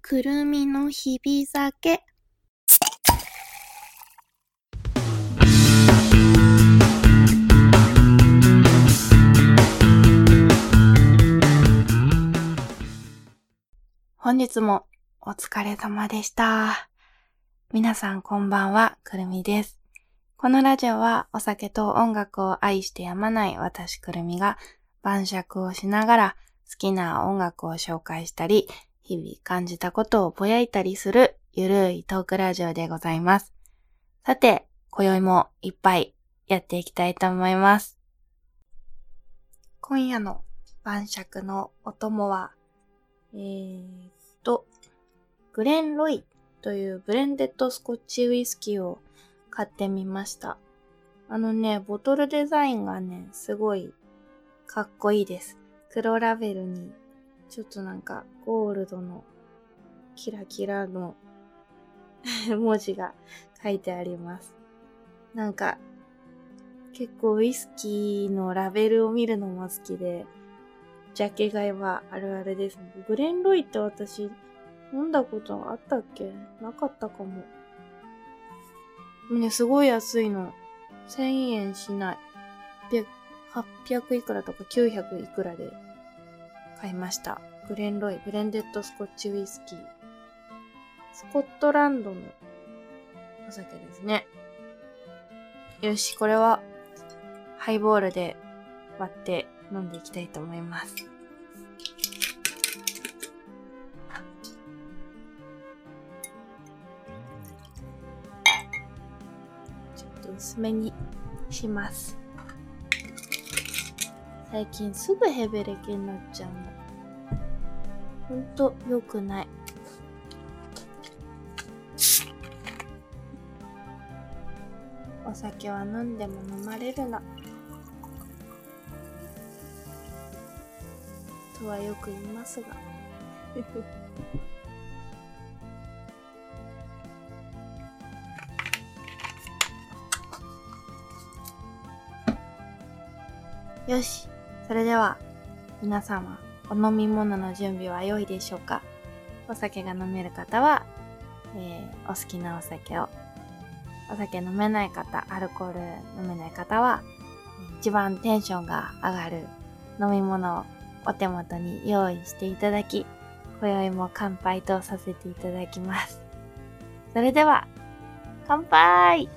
くるみの日々酒。本日もお疲れ様でした。皆さんこんばんは、くるみです。このラジオはお酒と音楽を愛してやまない私くるみが晩酌をしながら好きな音楽を紹介したり、日々感じたことをぼやいたりするゆるいトークラジオでございます。さて、今宵もいっぱいやっていきたいと思います。今夜の晩酌のお供は、グレンロイというブレンデッドスコッチウイスキーを買ってみました。ボトルデザインがね、すごいかっこいいです。黒ラベルに、ちょっとなんかゴールドのキラキラの文字が書いてあります。なんか、結構ウイスキーのラベルを見るのも好きで、ジャケ買いはあるあるですね。グレンロイって私、飲んだことあったっけ？なかったかも。ね、すごい安いの。1000円しない。800いくらとか900いくらで買いました。グレンロイ、ブレンデッドスコッチウイスキー。スコットランドのお酒ですね。よし、これはハイボールで割って飲んでいきたいと思います。ちょっと薄めにします。最近すぐヘベレケになっちゃうの。ほんと良くない。お酒は飲んでも飲まれるなとはよく言いますがよし、それでは皆様お飲み物の準備は良いでしょうか。お酒が飲める方は、お好きなお酒を、お酒飲めない方、アルコール飲めない方は、一番テンションが上がる飲み物をお手元に用意していただき、今宵も乾杯とさせていただきます。それでは、乾杯！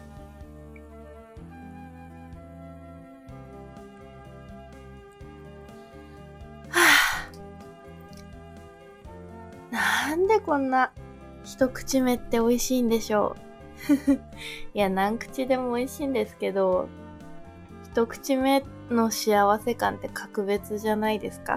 なんでこんな一口目って美味しいんでしょう。いや、何口でも美味しいんですけど、一口目の幸せ感って格別じゃないですか。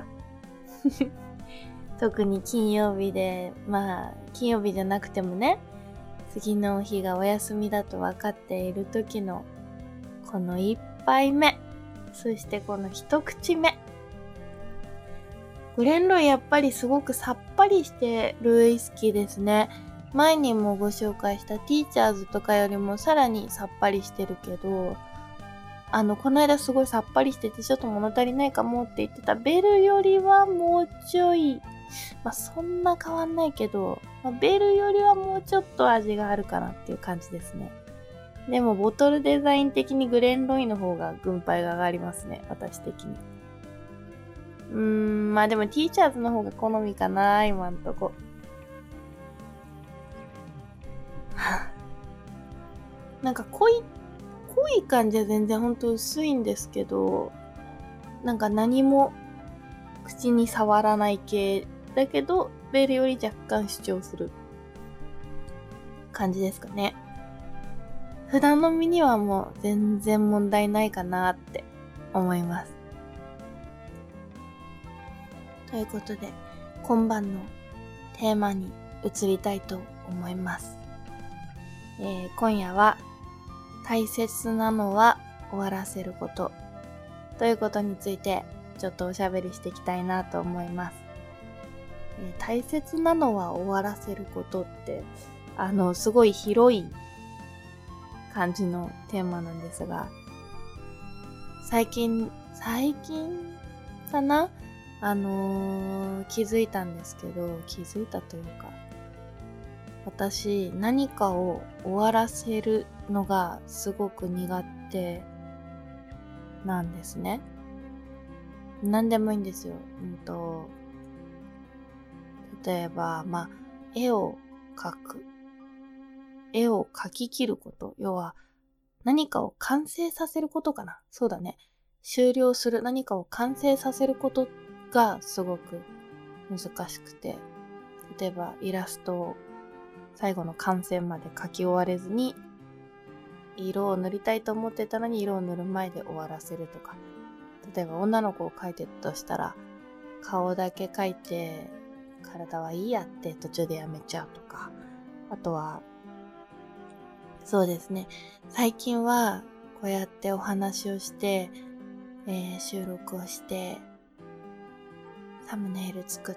特に金曜日で、金曜日じゃなくてもね、次の日がお休みだと分かっている時のこの一杯目、そしてこの一口目。グレンロイやっぱりすごくさっぱりしてるウイスキーですね。前にもご紹介したティーチャーズとかよりもさらにさっぱりしてるけど、この間すごいさっぱりしててちょっと物足りないかもって言ってたベルよりはもうちょい、そんな変わんないけど、ベルよりはもうちょっと味があるかなっていう感じですね。でもボトルデザイン的にグレンロイの方が軍配が上がりますね、私的に。でもティーチャーズの方が好みかな、今んとこ。なんか濃い感じは全然ほんと薄いんですけど、なんか何も口に触らない系だけど、ベルより若干主張する感じですかね。普段飲みにはもう全然問題ないかなって思います。ということで、今晩のテーマに移りたいと思います。今夜は大切なのは終わらせることということについてちょっとおしゃべりしていきたいなと思います。大切なのは終わらせることってすごい広い感じのテーマなんですが、最近かな、 気づいたんですけど、気づいたというか、私、何かを終わらせるのがすごく苦手なんですね。何でもいいんですよ。例えば、絵を描く。絵を描き切ること。要は、何かを完成させることかな。そうだね。終了する。何かを完成させることがすごく難しくて。例えば、イラストを最後の完成まで描き終われずに、色を塗りたいと思ってたのに色を塗る前で終わらせるとか。例えば、女の子を描いてたとしたら、顔だけ描いて、体はいいやって途中でやめちゃうとか。あとは、そうですね。最近はこうやってお話をして、収録をして、サムネイル作って、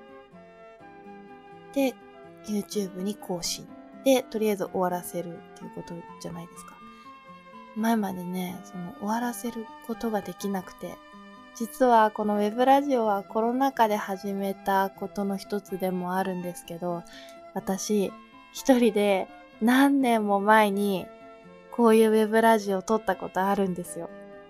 で、YouTube に更新。で、とりあえず終わらせるっていうことじゃないですか。前までね、終わらせることができなくて、実はこのウェブラジオはコロナ禍で始めたことの一つでもあるんですけど、私一人で何年も前にこういうウェブラジオを撮ったことあるんですよ。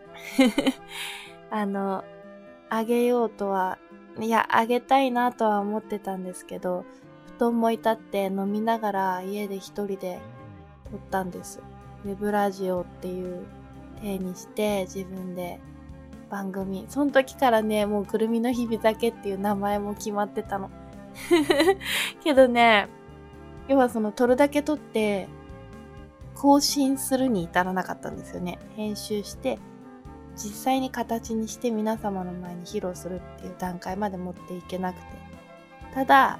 あげようとは、あげたいなとは思ってたんですけど、布団も至って飲みながら家で一人で撮ったんです。ウェブラジオっていう体にして自分で番組。その時からね、もうくるみの日々酒っていう名前も決まってたの。けどね、要は撮るだけ撮って、更新するに至らなかったんですよね。編集して、実際に形にして皆様の前に披露するっていう段階まで持っていけなくて。ただ、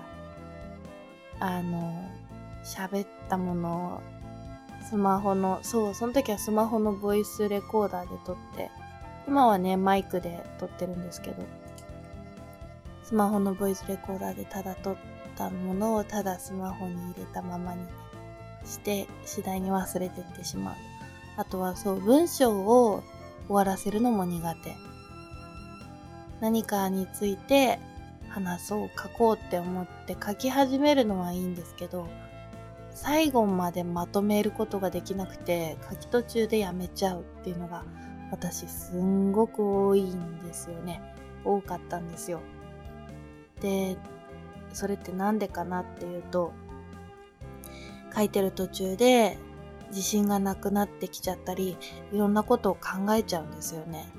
喋ったものを、その時はスマホのボイスレコーダーで撮って、今はね、マイクで撮ってるんですけど、スマホのボイスレコーダーでただ撮ったものをただスマホに入れたままにして、次第に忘れてってしまう。あとは文章を終わらせるのも苦手。何かについて話そう、書こうって思って書き始めるのはいいんですけど、最後までまとめることができなくて、書き途中でやめちゃうっていうのが私すんごく多いんですよね。多かったんですよ。で、それってなんでかなっていうと、書いてる途中で自信がなくなってきちゃったり、いろんなことを考えちゃうんですよね。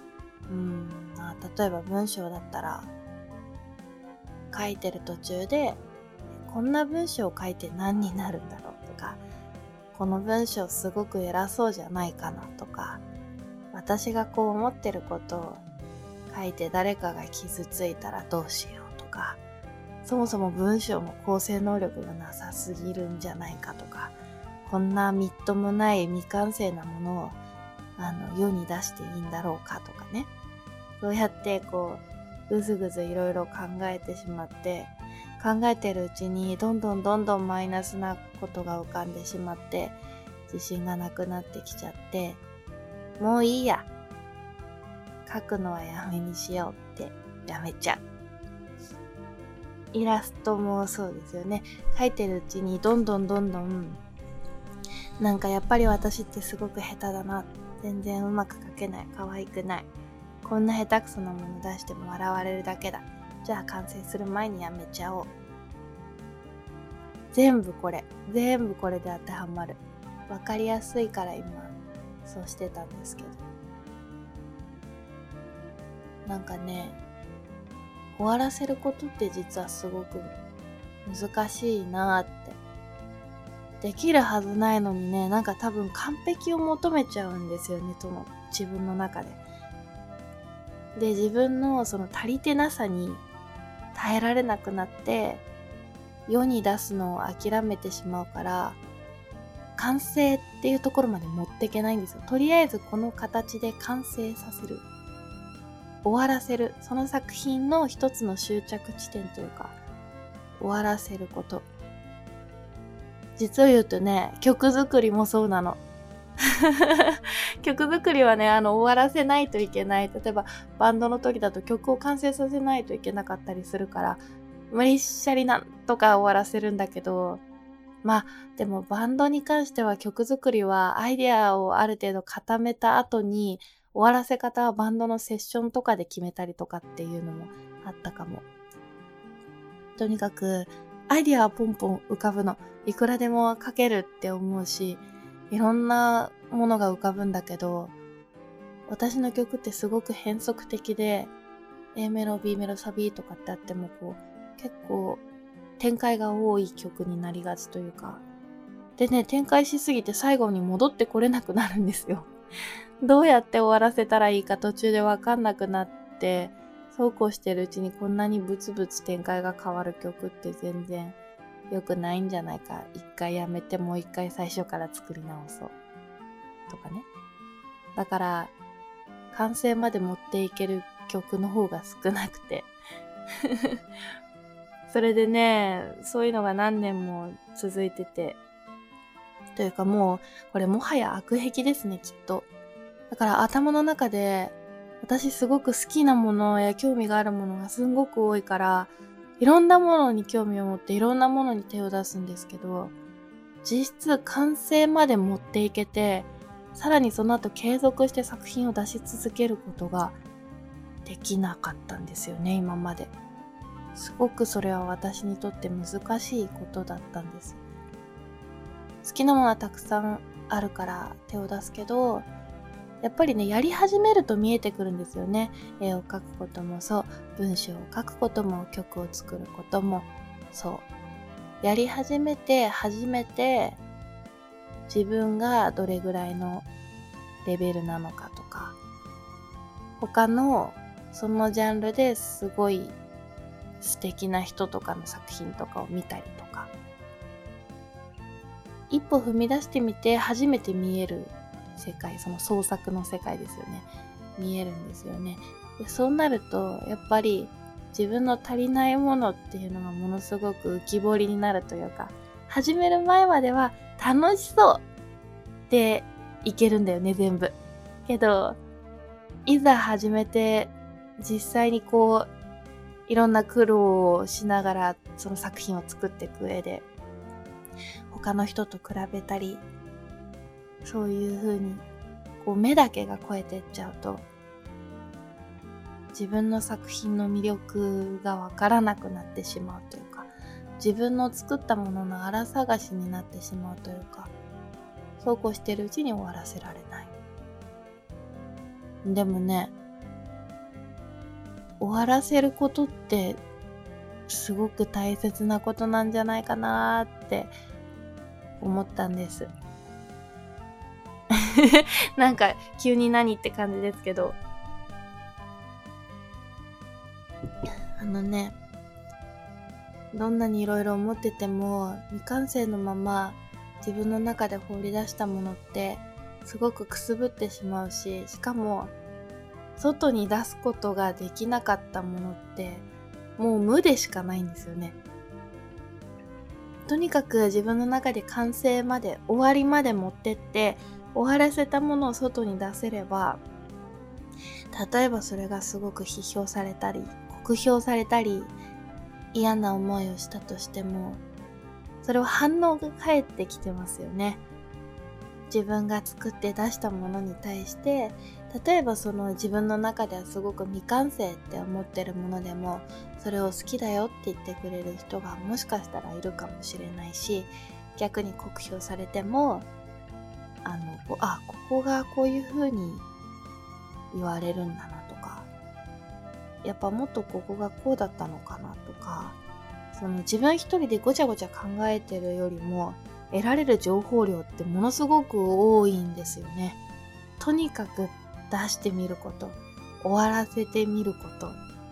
例えば文章だったら、書いてる途中で、こんな文章を書いて何になるんだろうとか、この文章すごく偉そうじゃないかなとか、私がこう思ってることを書いて誰かが傷ついたらどうしようとか、そもそも文章の構成能力がなさすぎるんじゃないかとか、こんなみっともない未完成なものを世に出していいんだろうかとかね。そうやってぐずぐずいろいろ考えてしまって、考えてるうちにどんどんマイナスなことが浮かんでしまって、自信がなくなってきちゃって、もういいや。書くのはやめにしようってやめちゃう。イラストもそうですよね。書いてるうちにどんどんなんかやっぱり私ってすごく下手だな。全然うまく書けない。可愛くない。こんな下手くそなもの出しても笑われるだけだ。じゃあ完成する前にやめちゃおう。全部これで当てはまる。わかりやすいから今そうしてたんですけど。なんかね、終わらせることって実はすごく難しいなって。できるはずないのにね、なんか多分完璧を求めちゃうんですよね、自分の中で。で、自分の足りてなさに耐えられなくなって、世に出すのを諦めてしまうから、完成っていうところまで持っていけないんですよ。とりあえずこの形で完成させる。終わらせる。その作品の一つの終着地点というか、終わらせること。実を言うとね、曲作りもそうなの。 曲作りはね、終わらせないといけない。例えば、バンドの時だと曲を完成させないといけなかったりするから、無理しゃりなんとか終わらせるんだけど、まあ、でもバンドに関しては曲作りはアイデアをある程度固めた後に、終わらせ方はバンドのセッションとかで決めたりとかっていうのもあったかも。とにかく、アイデアはポンポン浮かぶの。いくらでも書けるって思うし、いろんなものが浮かぶんだけど、私の曲ってすごく変則的で、A メロ、B メロ、サビとかってあっても結構展開が多い曲になりがちというか。でね、展開しすぎて最後に戻ってこれなくなるんですよ。どうやって終わらせたらいいか途中でわかんなくなって、そうこうしてるうちにこんなにブツブツ展開が変わる曲って全然良くないんじゃないか。一回やめてもう一回最初から作り直そう。とかね。だから、完成まで持っていける曲の方が少なくて。それでね、そういうのが何年も続いてて。というかもう、これもはや悪癖ですね、きっと。だから頭の中で、私すごく好きなものや興味があるものがすんごく多いから、いろんなものに興味を持っていろんなものに手を出すんですけど、実質完成まで持っていけて、さらにその後継続して作品を出し続けることができなかったんですよね、今まで。すごくそれは私にとって難しいことだったんです。好きなものはたくさんあるから手を出すけど、やっぱりね、やり始めると見えてくるんですよね。絵を描くこともそう、文章を書くことも、曲を作ることもそう。やり始めて初めて自分がどれぐらいのレベルなのかとか、他のそのジャンルですごい素敵な人とかの作品とかを見たりとか、一歩踏み出してみて初めて見える世界、その創作の世界ですよね。見えるんですよね。でそうなると、やっぱり自分の足りないものっていうのがものすごく浮き彫りになるというか、始める前までは楽しそうっていけるんだよね、全部。けど、いざ始めて、実際にいろんな苦労をしながらその作品を作っていく上で、他の人と比べたり、そういう風に目だけが超えてっちゃうと、自分の作品の魅力がわからなくなってしまうというか、自分の作ったものの荒探しになってしまうというか、そうこうしてるうちに終わらせられない。でもね、終わらせることってすごく大切なことなんじゃないかなーって思ったんです。なんか急に何って感じですけど、どんなにいろいろ思ってても未完成のまま自分の中で放り出したものってすごくくすぶってしまうし、しかも外に出すことができなかったものってもう無でしかないんですよね。とにかく自分の中で完成まで、終わりまで持ってって終わらせたものを外に出せれば、例えばそれがすごく批評されたり酷評されたり嫌な思いをしたとしても、それは反応が返ってきてますよね。自分が作って出したものに対して、例えばその自分の中ではすごく未完成って思ってるものでも、それを好きだよって言ってくれる人がもしかしたらいるかもしれないし、逆に酷評されてもここがこういう風に言われるんだなとか、やっぱもっとここがこうだったのかなとか、その自分一人でごちゃごちゃ考えてるよりも得られる情報量ってものすごく多いんですよね。とにかく出してみること、終わらせてみること。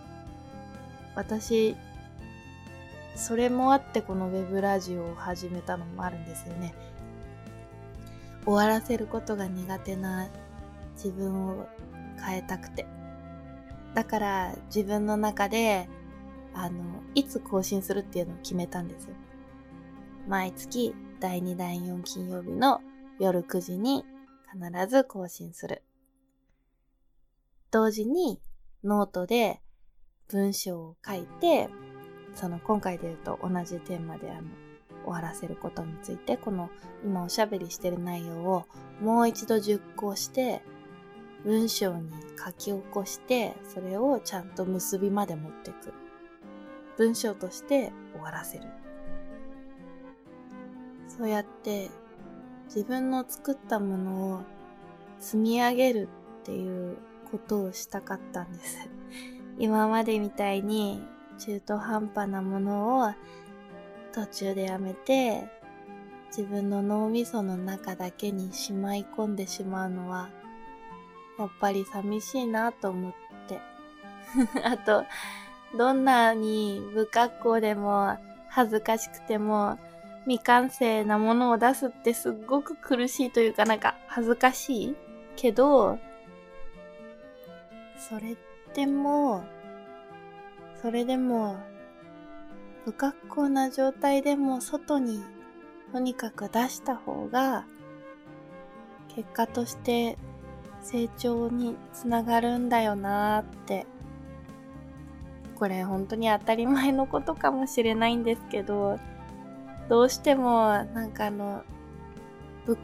私それもあってこのウェブラジオを始めたのもあるんですよね。終わらせることが苦手な自分を変えたくて。だから自分の中でいつ更新するっていうのを決めたんですよ。毎月第2第4金曜日の夜9時に必ず更新する。同時にノートで文章を書いて、今回で言うと同じテーマで終わらせることについて、この今おしゃべりしてる内容をもう一度熟考して、文章に書き起こして、それをちゃんと結びまで持っていく。文章として終わらせる。そうやって自分の作ったものを積み上げるっていうことをしたかったんです。今までみたいに中途半端なものを途中でやめて、自分の脳みその中だけにしまい込んでしまうのはやっぱり寂しいなと思ってあと、どんなに不格好でも恥ずかしくても未完成なものを出すってすっごく苦しいというか、恥ずかしいけど、それでも不格好な状態でも外にとにかく出した方が結果として成長につながるんだよなーって。これ本当に当たり前のことかもしれないんですけど、どうしても不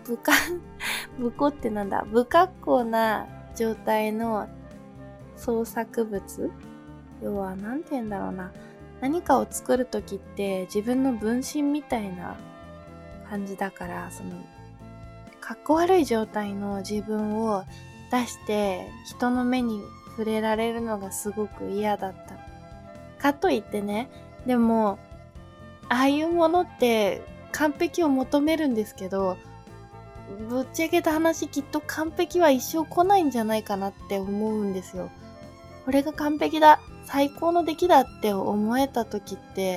格好な状態の創作物、要はなんて言うんだろうな、何かを作るときって自分の分身みたいな感じだから、かっこ悪い状態の自分を出して人の目に触れられるのがすごく嫌だった。かといってね、でもああいうものって完璧を求めるんですけど、ぶっちゃけた話、きっと完璧は一生来ないんじゃないかなって思うんですよ。これが完璧だ、最高の出来だって思えた時って、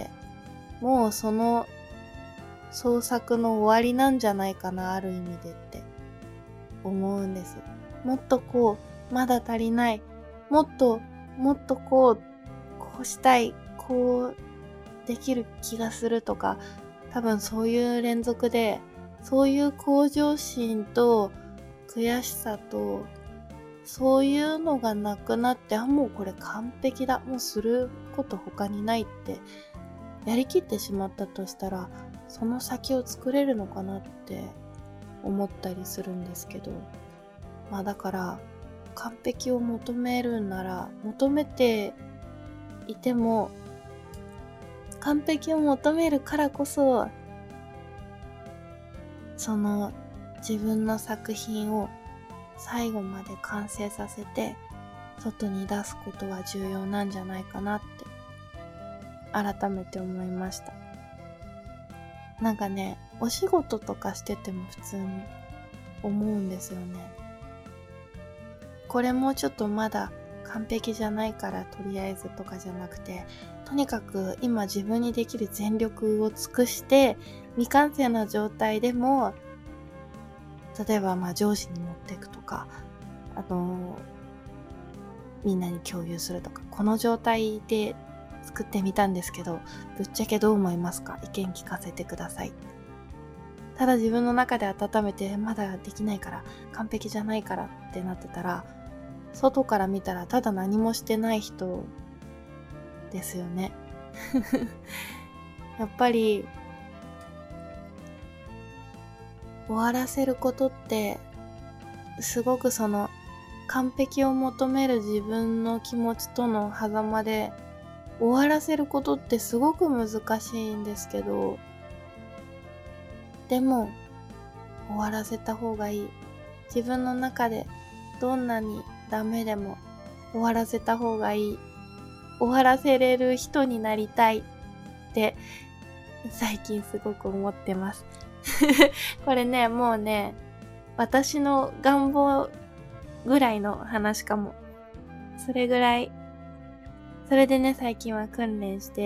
もうその創作の終わりなんじゃないかな、ある意味でって思うんです。もっとまだ足りない、もっとこうしたい、こうできる気がするとか、多分そういう連続で、そういう向上心と悔しさと、そういうのがなくなって、もうこれ完璧だ、もうすること他にないってやりきってしまったとしたら、その先を作れるのかなって思ったりするんですけど、だから完璧を求めるなら、求めていても完璧を求めるからこそ、自分の作品を最後まで完成させて外に出すことは重要なんじゃないかなって改めて思いました。お仕事とかしてても普通に思うんですよね。これもちょっとまだ完璧じゃないからとりあえずとかじゃなくて、とにかく今自分にできる全力を尽くして、未完成な状態でも、例えば上司に持っていくとか、みんなに共有するとか、この状態で作ってみたんですけど、ぶっちゃけどう思いますか？意見聞かせてください。ただ自分の中で温めて、まだできないから、完璧じゃないからってなってたら、外から見たらただ何もしてない人ですよね。やっぱり終わらせることってすごく完璧を求める自分の気持ちとの狭間で、終わらせることってすごく難しいんですけど、でも終わらせた方がいい。自分の中でどんなにダメでも終わらせた方がいい。終わらせれる人になりたいって最近すごく思ってます。これね、もうね、私の願望ぐらいの話かも。それぐらい。それでね、最近は訓練して、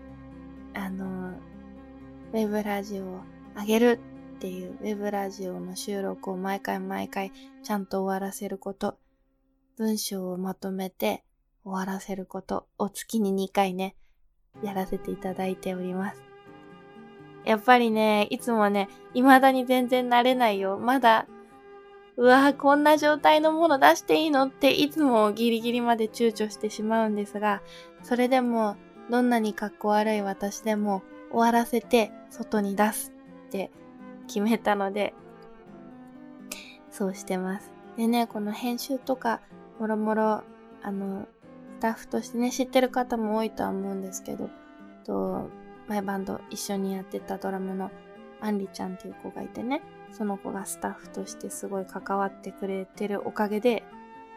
ウェブラジオを上げるっていうウェブラジオの収録を毎回ちゃんと終わらせること、文章をまとめて終わらせることを月に2回ね、やらせていただいております。やっぱりね、いつもね、未だに全然慣れないよ。まだうわ、こんな状態のもの出していいのっていつもギリギリまで躊躇してしまうんですが、それでもどんなに格好悪い私でも終わらせて外に出すって決めたので、そうしてます。でね、この編集とかもろもろスタッフとしてね知ってる方も多いとは思うんですけど、前バンド一緒にやってたドラムのアンリちゃんっていう子がいてね、その子がスタッフとしてすごい関わってくれてるおかげで、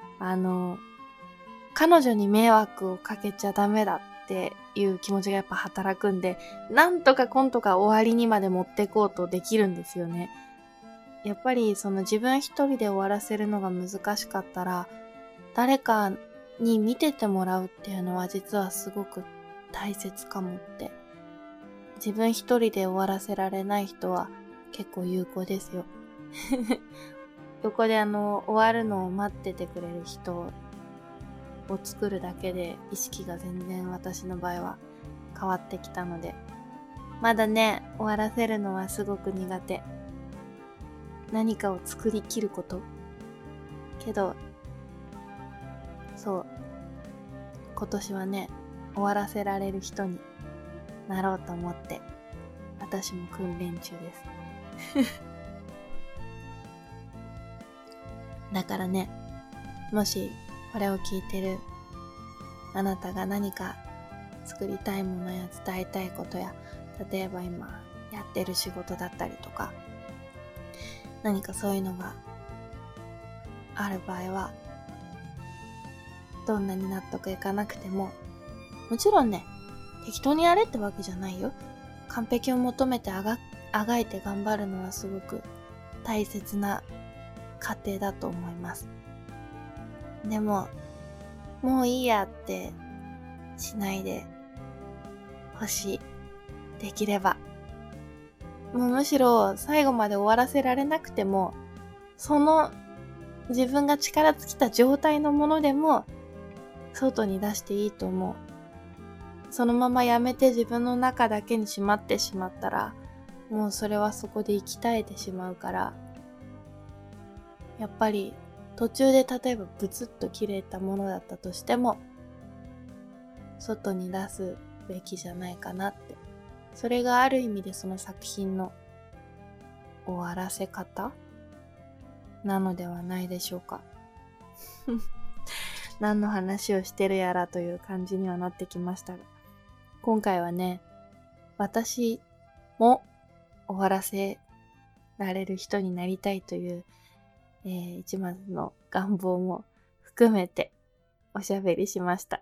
彼女に迷惑をかけちゃダメだっていう気持ちがやっぱ働くんで、なんとかコントが終わりにまで持ってこうとできるんですよね。やっぱりその自分一人で終わらせるのが難しかったら、誰かに見ててもらうっていうのは実はすごく大切かもって。自分一人で終わらせられない人は結構有効ですよ。横で終わるのを待っててくれる人を作るだけで意識が全然私の場合は変わってきたので、まだね、終わらせるのはすごく苦手。何かを作り切ること。けど、そう。今年はね、終わらせられる人になろうと思って、私も訓練中です。だからね、もしこれを聞いてるあなたが何か作りたいものや伝えたいことや、例えば今やってる仕事だったりとか、何かそういうのがある場合は、どんなに納得いかなくても、もちろんね、適当にやれってわけじゃないよ。完璧を求めてあがいて頑張るのはすごく大切な過程だと思います。でも、もういいやってしないでほしい。できれば。もうむしろ最後まで終わらせられなくても、その自分が力尽きた状態のものでも外に出していいと思う。そのままやめて自分の中だけにしまってしまったら、もうそれはそこで生き絶えてしまうから、やっぱり途中で例えばブツッと切れたものだったとしても、外に出すべきじゃないかなって。それがある意味でその作品の終わらせ方なのではないでしょうか。何の話をしてるやらという感じにはなってきましたが、今回はね、私も終わらせられる人になりたいという、一番の願望も含めておしゃべりしました。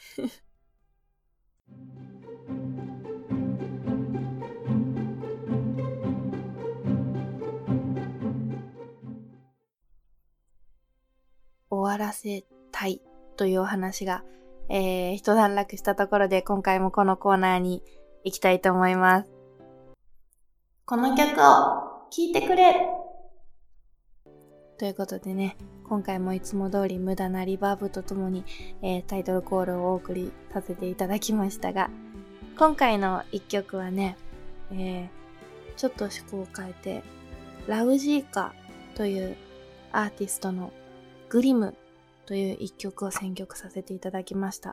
終わらせたいというお話が、一段落したところで今回もこのコーナーに行きたいと思います。この曲を聴いてくれということでね、今回もいつも通り無駄なリバーブとともに、タイトルコールをお送りさせていただきましたが、今回の一曲はね、ちょっと趣向を変えて、ラウジーカというアーティストのグリムという一曲を選曲させていただきました。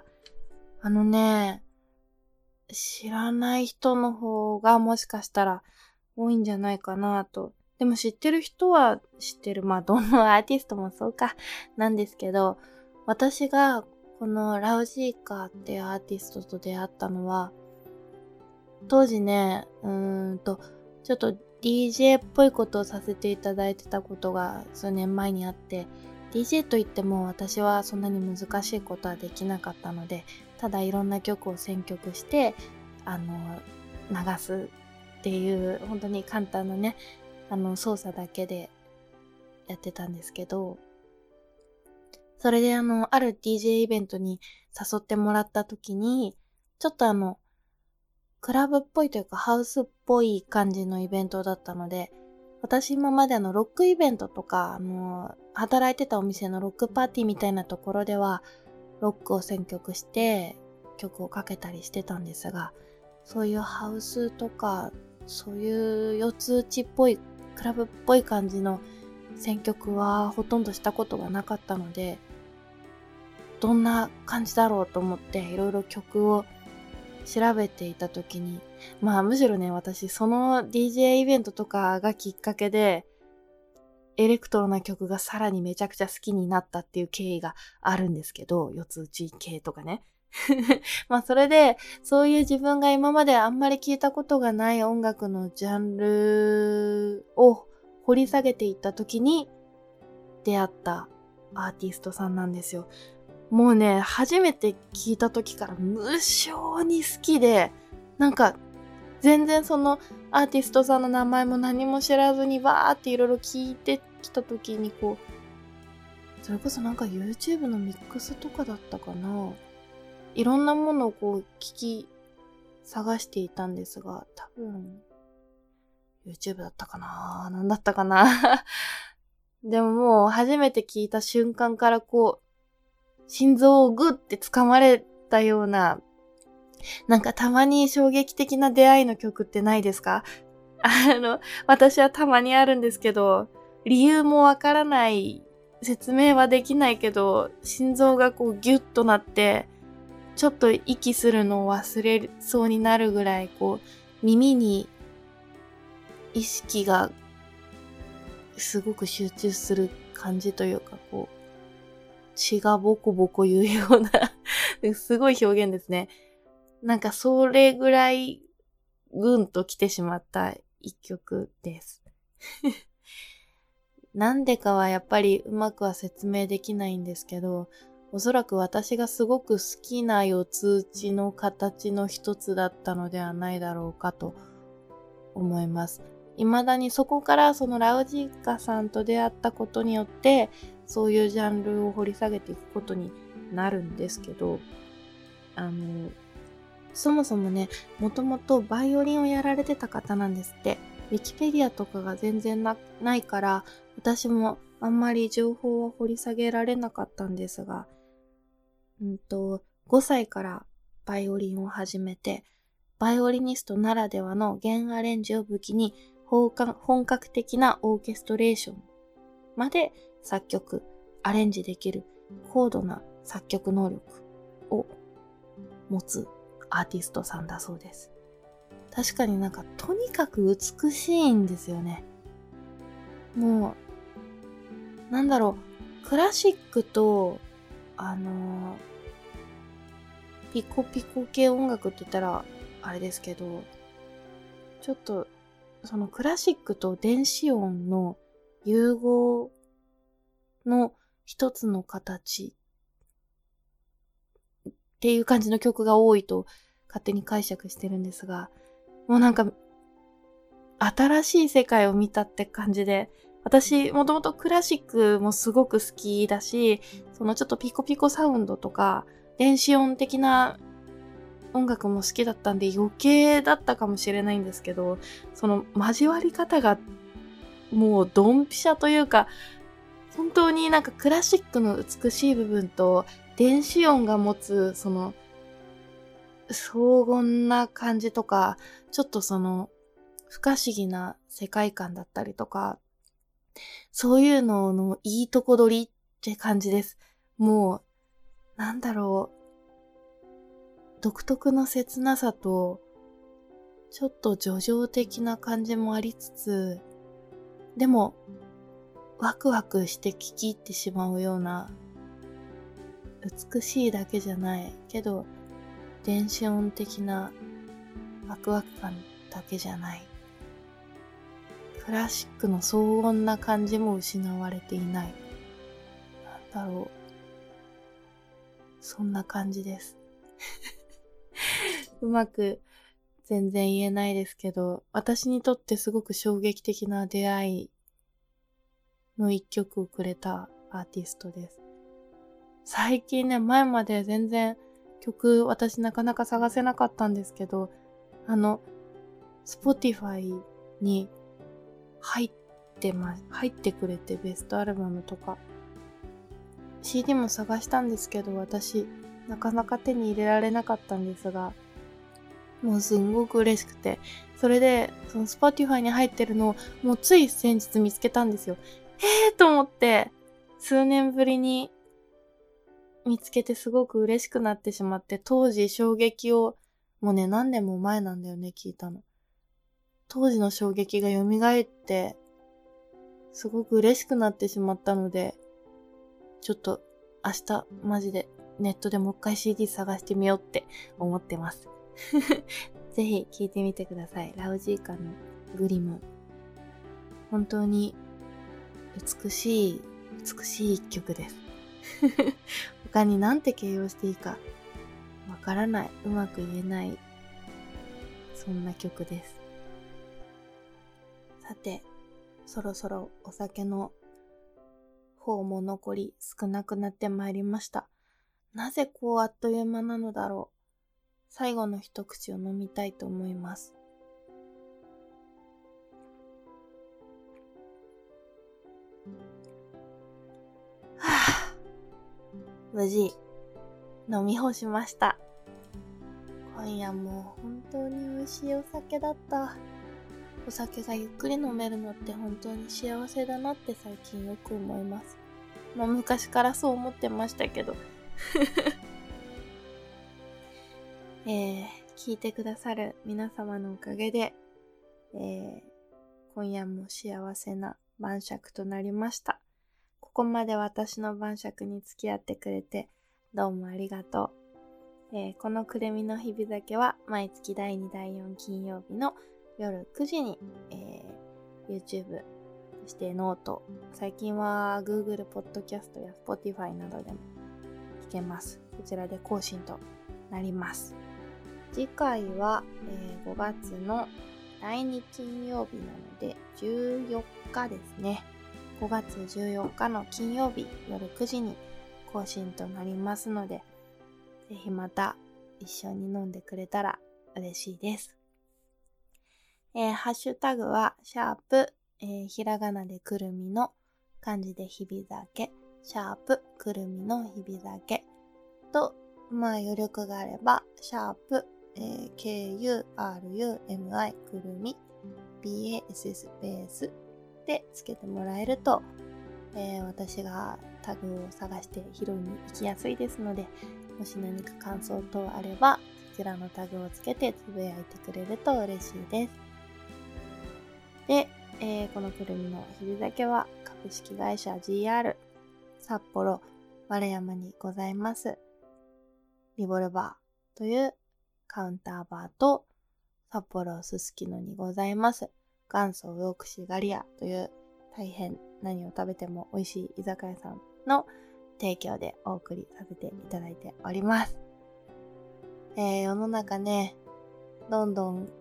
知らない人の方がもしかしたら多いんじゃないかなと。でも知ってる人は知ってる。まあどのアーティストもそうかなんですけど、私がこのラウジーカーっていうアーティストと出会ったのは、当時ね、ちょっと DJ っぽいことをさせていただいてたことが数年前にあって、DJ といっても私はそんなに難しいことはできなかったので、ただいろんな曲を選曲して、流すっていう本当に簡単なね、操作だけでやってたんですけど、それである DJ イベントに誘ってもらった時に、ちょっとクラブっぽいというかハウスっぽい感じのイベントだったので、私今までロックイベントとか、働いてたお店のロックパーティーみたいなところでは、ロックを選曲して曲をかけたりしてたんですが、そういうハウスとか、そういう四つ打ちっぽい、クラブっぽい感じの選曲はほとんどしたことがなかったので、どんな感じだろうと思っていろいろ曲を調べていた時に、むしろね、私その DJ イベントとかがきっかけで、エレクトロな曲がさらにめちゃくちゃ好きになったっていう経緯があるんですけど、四つ打ち系とかね。それで、そういう自分が今まであんまり聞いたことがない音楽のジャンルを掘り下げていった時に出会ったアーティストさんなんですよ。もうね、初めて聞いた時から無性に好きで、全然そのアーティストさんの名前も何も知らずにバーっていろいろ聞いてきた時にそれこそYouTube のミックスとかだったかな。いろんなものを探していたんですが、多分 YouTube だったかな。何だったかな。でももう初めて聞いた瞬間から心臓をグッて掴まれたような、たまに衝撃的な出会いの曲ってないですか？私はたまにあるんですけど、理由もわからない、説明はできないけど、心臓がギュッとなって、ちょっと息するのを忘れそうになるぐらい、耳に意識がすごく集中する感じというか、血がボコボコ言うようなすごい表現ですね。それぐらいグンと来てしまった一曲です。なんでかはやっぱりうまくは説明できないんですけど、おそらく私がすごく好きな四つ打ちの形の一つだったのではないだろうかと思います。未だにそこからそのラウジーカさんと出会ったことによって、そういうジャンルを掘り下げていくことになるんですけど、そもそもね、もともとバイオリンをやられてた方なんですって。ウィキペディアとかが全然ないから、私もあんまり情報は掘り下げられなかったんですが、5歳からバイオリンを始めて、バイオリニストならではの弦アレンジを武器に本格的なオーケストレーションまで作曲、アレンジできる高度な作曲能力を持つアーティストさんだそうです。確かにとにかく美しいんですよね。もう、クラシックと、ピコピコ系音楽って言ったら、あれですけど、ちょっと、そのクラシックと電子音の融合の一つの形っていう感じの曲が多いと勝手に解釈してるんですが、もう新しい世界を見たって感じで、私もともとクラシックもすごく好きだし、そのちょっとピコピコサウンドとか電子音的な音楽も好きだったんで余計だったかもしれないんですけど、その交わり方がもうドンピシャというか、本当にクラシックの美しい部分と電子音が持つその荘厳な感じとか、ちょっとその不可思議な世界観だったりとか、そういうののいいとこ取りって感じです。もう、独特の切なさと、ちょっと叙情的な感じもありつつ、でも、ワクワクして聴き入ってしまうような、美しいだけじゃないけど、電子音的なワクワク感だけじゃない。クラシックの荘厳な感じも失われていない。そんな感じです。うまく全然言えないですけど、私にとってすごく衝撃的な出会いの一曲をくれたアーティストです。最近ね、前まで全然曲私なかなか探せなかったんですけど、Spotify に入ってくれて、ベストアルバムとか CD も探したんですけど、私なかなか手に入れられなかったんですが、もうすんごく嬉しくて、それでその Spotify に入ってるのをもうつい先日見つけたんですよ。 と思って、数年ぶりに見つけてすごく嬉しくなってしまって、当時衝撃を、もうね、何年も前なんだよね、聞いたの。当時の衝撃が蘇って、すごく嬉しくなってしまったので、ちょっと明日マジでネットでもう一回 CD 探してみようって思ってます。ぜひ聴いてみてください。ラウジーカのグリム。本当に美しい一曲です。他になんて形容していいかわからない、うまく言えない、そんな曲です。さて、そろそろお酒の方も残り少なくなってまいりました。なぜこうあっという間なのだろう。最後の一口を飲みたいと思います。はぁ、無事飲み干しました。今夜も本当に美味しいお酒だった。お酒がゆっくり飲めるのって本当に幸せだなって最近よく思います。昔からそう思ってましたけど。聞いてくださる皆様のおかげで、今夜も幸せな晩酌となりました。ここまで私の晩酌に付き合ってくれてどうもありがとう。このくるみの日々酒は毎月第2第4金曜日の夜9時に、YouTube、そしてノート、最近は Google Podcast や Spotify などでも聞けます。こちらで更新となります。次回は、5月の第2金曜日なので14日ですね。5月14日の金曜日夜9時に更新となりますので、ぜひまた一緒に飲んでくれたら嬉しいです。ハッシュタグはシャープ、ひらがなでくるみの漢字で日々酒、シャープくるみの日々酒と、余力があればシャープ、KURUMI くるみ BAS スペースでつけてもらえると、私がタグを探して拾いに行きやすいですので、もし何か感想等あればそちらのタグをつけてつぶやいてくれると嬉しいです。で、このくるみの日々酒は株式会社 GR 札幌丸山にございますリボルバーというカウンターバーと札幌すすきのにございます元祖ウォークシガリアという大変何を食べても美味しい居酒屋さんの提供でお送りさせていただいております。世の中ね、どんどん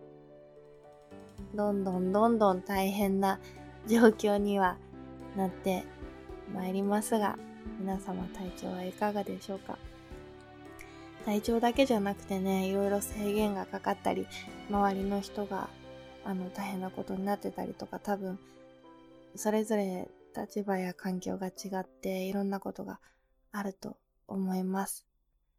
大変な状況にはなってまいりますが、皆様体調はいかがでしょうか。体調だけじゃなくてね、いろいろ制限がかかったり、周りの人が大変なことになってたりとか、多分それぞれ立場や環境が違っていろんなことがあると思います。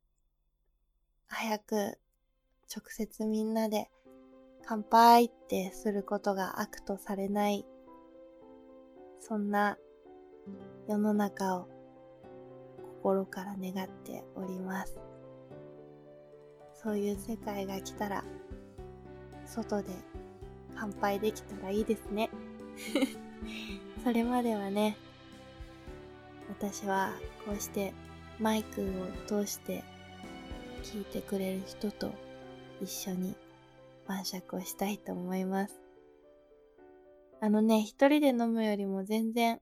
早く直接みんなで乾杯ってすることが悪とされない、そんな世の中を心から願っております。そういう世界が来たら外で乾杯できたらいいですね。それまではね、私はこうしてマイクを通して聞いてくれる人と一緒に晩酌をしたいと思います。一人で飲むよりも全然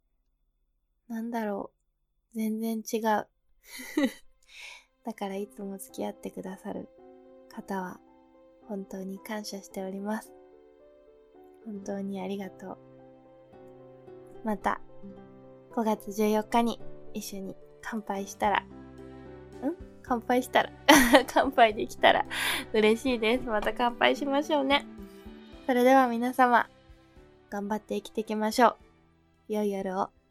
全然違う。だからいつも付き合ってくださる方は本当に感謝しております。本当にありがとう。また5月14日に一緒に乾杯できたら嬉しいです。また乾杯しましょうね。それでは皆様、頑張って生きていきましょう。良い夜を。